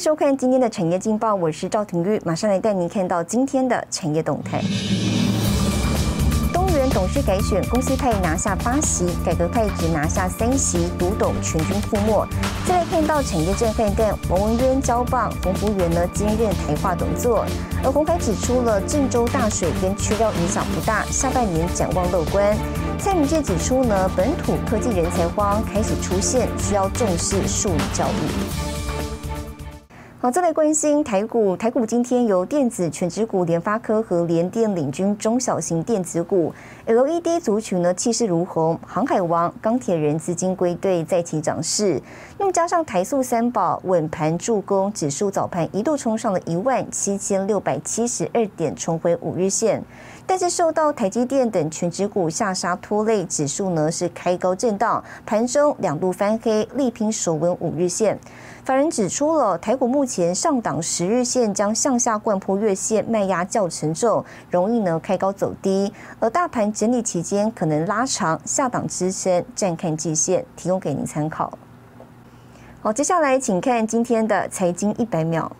收看今天的产业劲报，我是赵廷玉，马上来带您看到今天的产业动态。东元董事改选，公司派拿下8席，改革派只拿下3席，独董全军覆没。再来看到产业震撼弹，王文渊交棒，洪福源呢兼任台化董座。而鸿海指出了郑州大水跟缺料影响不大，下半年展望乐观。蔡明介指出呢，本土科技人才荒开始出现，需要重视数理教育。好，再来关心台股。台股今天由电子全指股联发科和联电领军中小型电子股 ，LED 族群呢气势如虹，航海王、钢铁人资金归队，再起涨势。那么加上台塑三宝稳盘助攻，指数早盘一度冲上了17672点，重回5日线。但是受到台积电等全指股下杀拖累，指数呢是开高震荡，盘中2度翻黑，力拼守稳5日线。法人指出了，台股目前上档10日线将向下灌破月线，卖压较沉重，容易呢开高走低。而大盘整理期间可能拉长，下档支撑暂看季线，提供给您参考。好，接下来请看今天的财经100秒。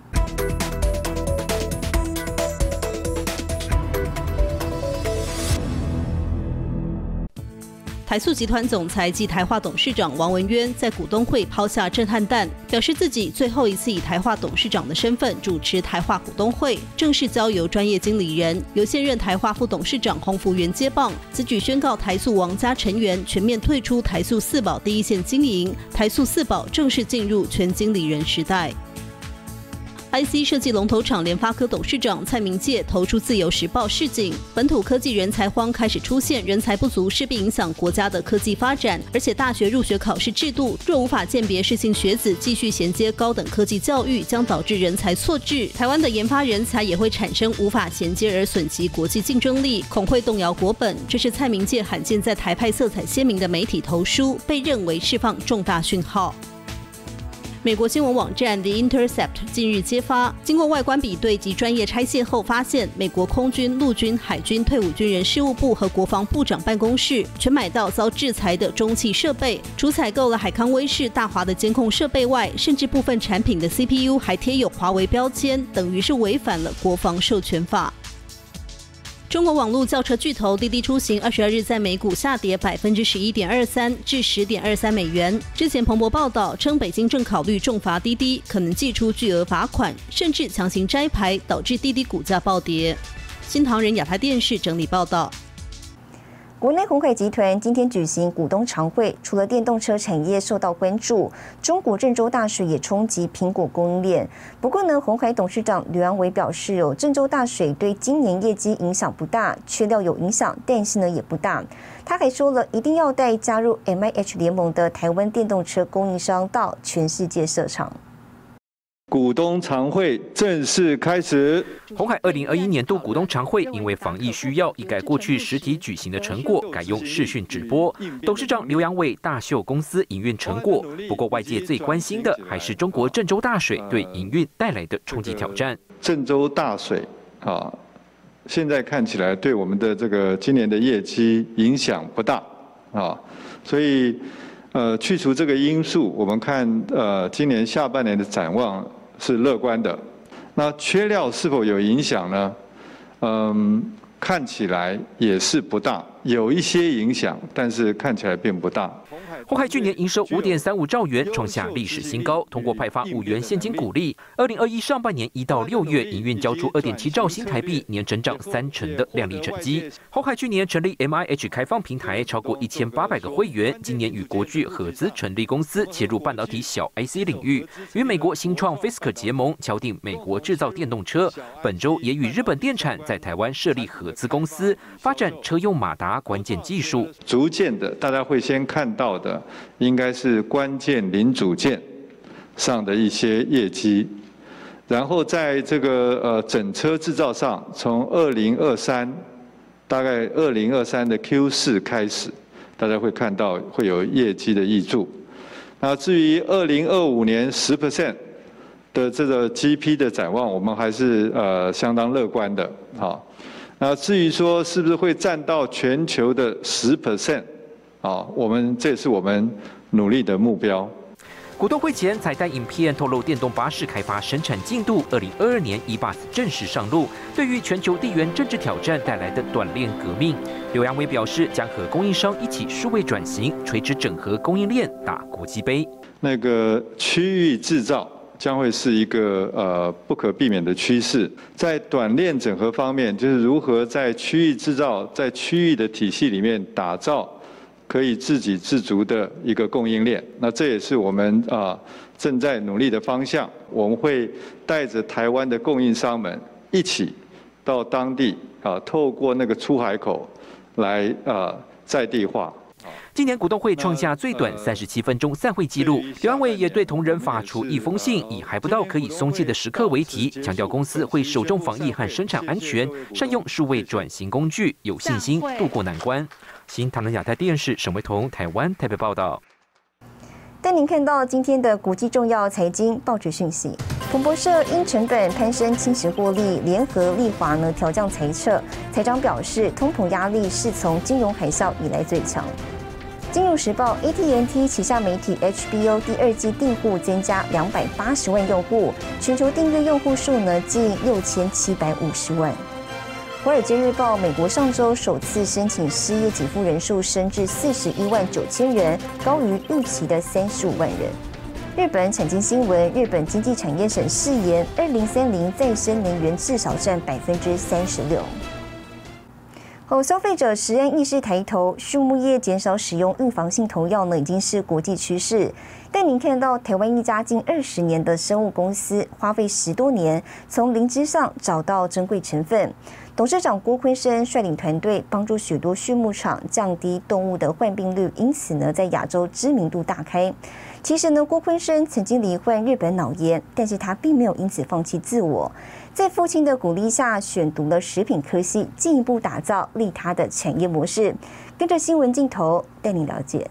台塑集团总裁暨台化董事长王文渊在股东会抛下震撼弹，表示自己最后一次以台化董事长的身份主持台化股东会，正式交由专业经理人，由现任台化副董事长洪福源接棒。此举宣告台塑王家成员全面退出台塑四宝第一线经营，台塑四宝正式进入全经理人时代。IC 设计龙头厂联发科董事长蔡明介投出自由时报示警，本土科技人才荒开始出现，人才不足势必影响国家的科技发展，而且大学入学考试制度若无法鉴别适性学子继续衔接高等科技教育，将导致人才错置，台湾的研发人才也会产生无法衔接而损及国际竞争力，恐会动摇国本。这是蔡明介罕见在台派色彩鲜明的媒体投书，被认为释放重大讯号。美国新闻网站 The Intercept 近日揭发，经过外观比对及专业拆卸后，发现美国空军、陆军、海军退伍军人事务部和国防部长办公室全买到遭制裁的中企设备，除采购了海康威视、大华的监控设备外，甚至部分产品的 CPU 还贴有华为标签，等于是违反了国防授权法。中国网络轿车巨头滴滴出行22日在美股下跌11.23%至10.23美元。之前彭博报道称，北京正考虑重罚滴滴，可能祭出巨额罚款，甚至强行摘牌，导致滴滴股价暴跌。新唐人亚太电视整理报道。 国内鸿海集团今天举行股东常会，除了电动车产业受到关注，中国郑州大水也冲击苹果供应链。不过呢，鸿海董事长吕安伟表示，郑州大水对今年业绩影响不大，缺料有影响，但是呢也不大。他还说了，一定要带加入 MIH 联盟的台湾电动车供应商到全世界设厂。 股东常会正式开始。 鸿海2021年度股东常会因为防疫需要，一改过去实体举行的成果，改用视讯直播。董事长刘扬伟大秀公司营运成果。不过外界最关心的还是中国郑州大水对营运带来的冲击挑战。 郑州大水啊，现在看起来对我们的这个今年的业绩影响不大啊，所以去除这个因素，我们看今年下半年的展望是乐观的。那缺料是否有影响呢？看起来也是不大，有一些影响，但是看起来并不大。 鸿海去年营收5.35兆元，创下历史新高。通过派发5元现金股利，2021上半年1到6月营运交出2.7兆新台币，年成长30%的亮丽成绩。鸿海去年成立 MIH 开放平台，超过1800个会员。今年与国巨合资成立公司，切入半导体小 IC 领域，与美国新创 Fisker 结盟，敲定美国制造电动车。本周也与日本电产在台湾设立合资公司，发展车用马达关键技术。 逐渐的，大家会先看到的应该是关键零组件上的一些业绩，然后在这个整车制造上，从2023大概2023的 Q4 开始，大家会看到会有业绩的挹注。那至于2025年10% 的这个 GP 的展望，我们还是相当乐观的。好，那至于说是不是会占到全球的10%，这是我们努力的目标。 股东会前彩蛋影片透露，电动巴士开发生产进度，2022年E-Bus正式上路。对于全球地缘政治挑战带来的短链革命，刘扬伟表示，将和供应商一起数位转型，垂直整合供应链，打国际杯。 那个区域制造将会是一个不可避免的趋势。在短链整合方面，就是如何在区域制造、在区域的体系里面打造可以自给自足的一个供应链。那这也是我们正在努力的方向。我们会带着台湾的供应商们一起到当地透过那个出海口来在地化。 今年股东会创下最短37分钟散会纪录，刘安伟也对同仁发出一封信，以还不到可以松懈的时刻为题，强调公司会首重防疫和生产安全，善用数位转型工具，有信心渡过难关。新唐人亚太电视沈维彤台湾台北报道。 带您看到今天的国际重要财经报纸讯息。彭博社因成本攀升侵蚀获利，联合利华调降财测。财长表示，通膨压力是从金融海啸以来最强。金融时报 AT&T 旗下媒体 HBO 第2季订户增加280万用户，全球订阅用户数近6750万。华尔街日报美国上周首次申请失业给付人数升至41万9000人，高于预期的35万人。日本产经新闻，日本经济产业省誓言，2030再生能源至少占36%。消费者食安意识抬头，畜牧业减少使用预防性投药已经是国际趋势。但您看到台湾一家近20年的生物公司，花费10多年从灵芝上找到珍贵成分。董事长郭坤生率领团队帮助许多畜牧场降低动物的患病率，因此在亚洲知名度大开。其实郭坤生曾经罹患日本脑炎，但是他并没有因此放弃自我，在父亲的鼓励下，选读了食品科系，进一步打造利他的产业模式。跟着新闻镜头带你了解。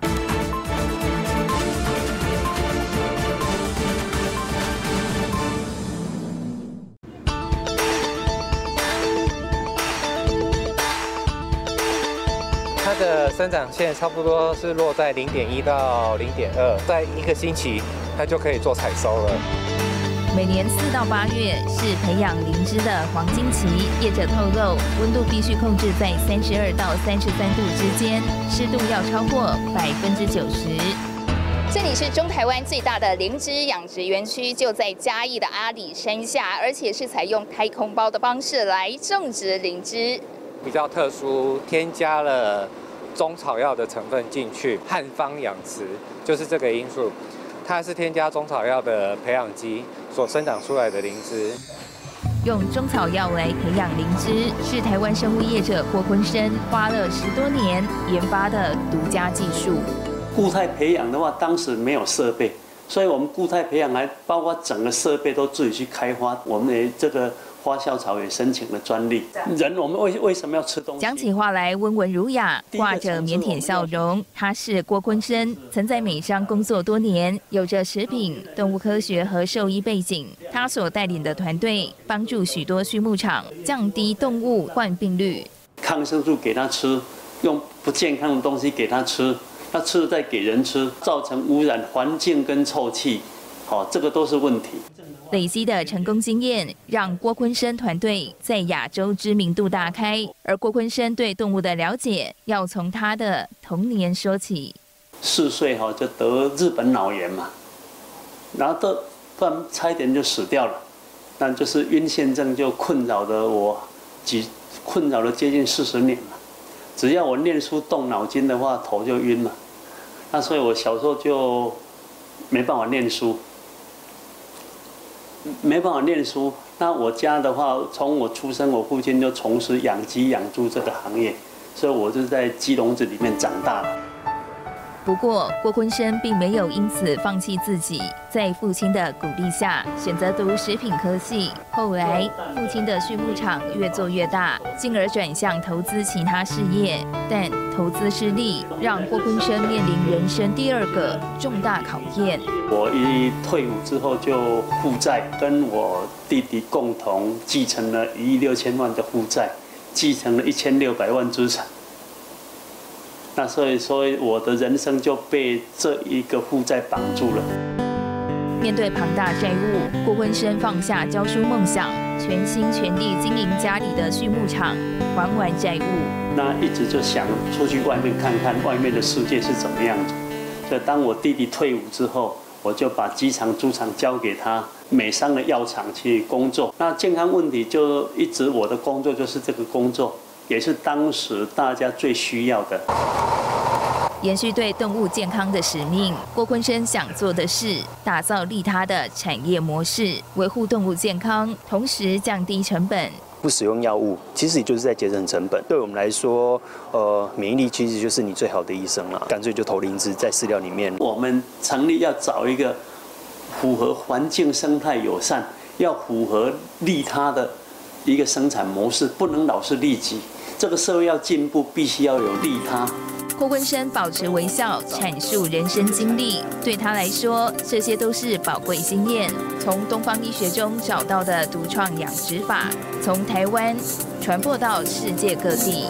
它的生长线差不多是落在0.1到0.2，在1个星期它就可以做采收了。 每年4到8月是培养灵芝的黄金期，业者透露，温度必须控制在32到33度之间，湿度要超过90%。 这里是中台湾最大的灵芝养殖园区，就在嘉义的阿里山下，而且是采用太空包的方式来种植灵芝。 比较特殊，添加了中草药的成分进去，汉方养殖就是这个因素。它是添加中草药的培养基所生长出来的灵芝。 用中草药来培养灵芝，是台湾生物业者郭坤生花了10多年研发的独家技术。 固态培养的话，当时没有设备，所以我们固态培养还包括整个设备都自己去开发。我们也这个花笑草也申请了专利。人我们为什么要吃东西？ 讲起话来温文儒雅，挂着腼腆笑容。他是郭坤生，曾在美商工作多年，有着食品、动物科学和兽医背景。他所带领的团队帮助许多畜牧场降低动物患病率。 抗生素给他吃，用不健康的东西给他吃，他吃了再给人吃，造成污染环境跟臭气，这个都是问题。 累积的成功经验，让郭坤生团队在亚洲知名度大开。而郭坤生对动物的了解，要从他的童年说起。 4岁就得日本脑炎嘛，然后不然差一点就死掉了。那就是晕眩症就困扰了我，困扰了接近40年了。只要我念书动脑筋的话，头就晕了。那所以我小时候就没办法念书。那我家的话，从我出生，我父亲就从事养鸡养猪这个行业，所以我就在鸡笼子里面长大的。 不过，郭坤生并没有因此放弃自己，在父亲的鼓励下，选择读食品科系。后来，父亲的畜牧场越做越大，进而转向投资其他事业。但投资失利，让郭坤生面临人生第2个重大考验。 我一退伍之后就负债，跟我弟弟共同继承了1亿6千万的负债，继承了1600万资产。 那所以我的人生就被这一个负债绑住了。 面对庞大债务，郭坤生放下教书梦想，全心全力经营家里的畜牧场，还完债务。 那一直就想出去外面看看外面的世界是怎么样子。所以当我弟弟退伍之后，我就把鸡场、猪场交给他，美商的药厂去工作。那健康问题就一直我的工作就是这个工作，也是当时大家最需要的。 延续对动物健康的使命，郭坤生想做的是打造利他的产业模式，维护动物健康，同时降低成本。 不使用药物，其实也就是在节省成本。对我们来说，免疫力其实就是你最好的医生了。干脆就投灵芝在饲料里面。 我们成立要找一个符合环境生态友善，要符合利他的一个生产模式，不能老是利己。这个社会要进步，必须要有利他。 郭坤生保持微笑，阐述人生经历。对他来说，这些都是宝贵经验。从东方医学中找到的独创养殖法，从台湾传播到世界各地。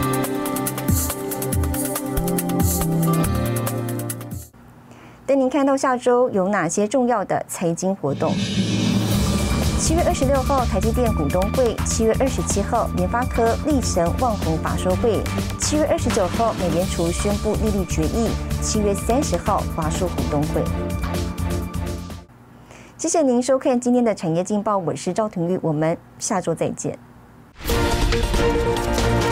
带您看到下周有哪些重要的财经活动。7月26号，台积电股东会；7月27号，联发科、力成、旺宏法说会；7月29号，美联储宣布利率决议；7月30号，华硕股东会。谢谢您收看今天的产业劲报，我是赵廷玉，我们下周再见。